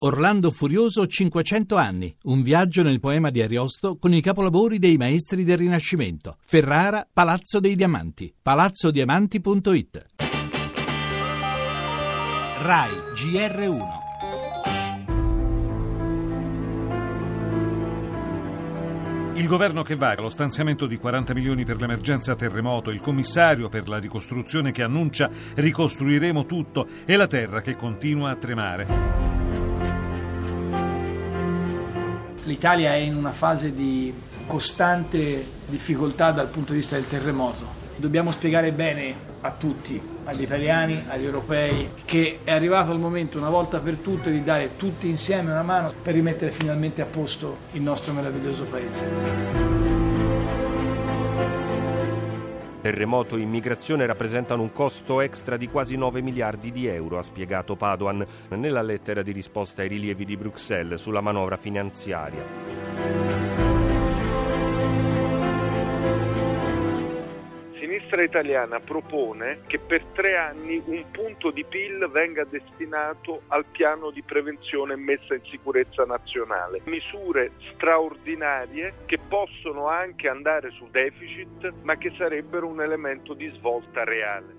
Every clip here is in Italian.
Orlando Furioso 500 anni, un viaggio nel poema di Ariosto con i capolavori dei maestri del Rinascimento. Ferrara, Palazzo dei Diamanti, palazzodiamanti.it. RAI GR1. Il governo che vaga lo stanziamento di 40 milioni per l'emergenza terremoto, il commissario per la ricostruzione che annuncia ricostruiremo tutto e la terra che continua a tremare. L'Italia è in una fase di costante difficoltà dal punto di vista del terremoto. Dobbiamo spiegare bene a tutti, agli italiani, agli europei, che è arrivato il momento una volta per tutte di dare tutti insieme una mano per rimettere finalmente a posto il nostro meraviglioso paese. Terremoto e immigrazione rappresentano un costo extra di quasi 9 miliardi di euro, ha spiegato Padoan nella lettera di risposta ai rilievi di Bruxelles sulla manovra finanziaria. La sinistra italiana propone che per 3 anni un punto di PIL venga destinato al piano di prevenzione e messa in sicurezza nazionale. Misure straordinarie che possono anche andare su deficit, ma che sarebbero un elemento di svolta reale.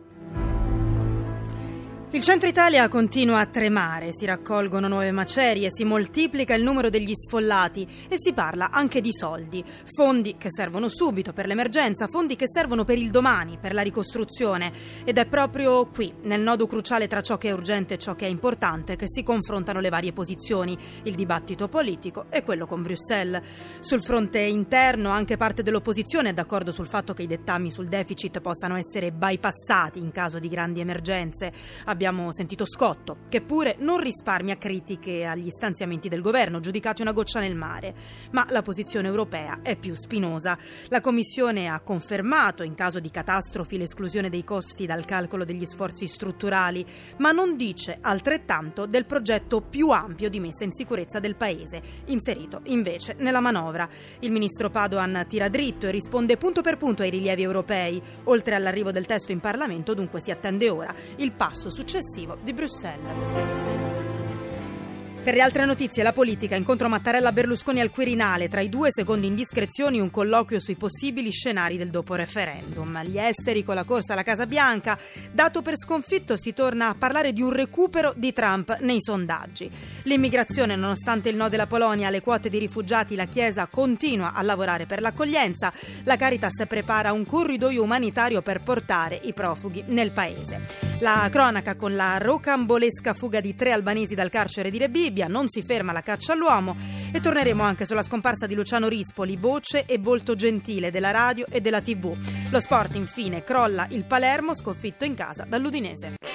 Il centro Italia continua a tremare, si raccolgono nuove macerie, si moltiplica il numero degli sfollati e si parla anche di soldi. Fondi che servono subito per l'emergenza, fondi che servono per il domani, per la ricostruzione. Ed è proprio qui, nel nodo cruciale tra ciò che è urgente e ciò che è importante, che si confrontano le varie posizioni, il dibattito politico e quello con Bruxelles. Sul fronte interno anche parte dell'opposizione è d'accordo sul fatto che i dettami sul deficit possano essere bypassati in caso di grandi emergenze. Abbiamo sentito Scotto, che pure non risparmia critiche agli stanziamenti del governo, giudicati una goccia nel mare. Ma la posizione europea è più spinosa. La Commissione ha confermato, in caso di catastrofi, l'esclusione dei costi dal calcolo degli sforzi strutturali, ma non dice altrettanto del progetto più ampio di messa in sicurezza del Paese, inserito invece nella manovra. Il ministro Padoan tira dritto e risponde punto per punto ai rilievi europei. Oltre all'arrivo del testo in Parlamento, dunque, si attende ora il passo successivo di Bruxelles. Per le altre notizie, la politica, incontro Mattarella-Berlusconi al Quirinale, tra i due secondo indiscrezioni un colloquio sui possibili scenari del dopo referendum. Gli esteri con la corsa alla Casa Bianca, dato per sconfitto si torna a parlare di un recupero di Trump nei sondaggi. L'immigrazione, nonostante il no della Polonia alle quote di rifugiati, la Chiesa continua a lavorare per l'accoglienza, la Caritas prepara un corridoio umanitario per portare i profughi nel paese. La cronaca con la rocambolesca fuga di 3 albanesi dal carcere di Rebibbia, non si ferma la caccia all'uomo e torneremo anche sulla scomparsa di Luciano Rispoli, voce e volto gentile della radio e della TV. Lo sport infine, crolla il Palermo sconfitto in casa dall'Udinese.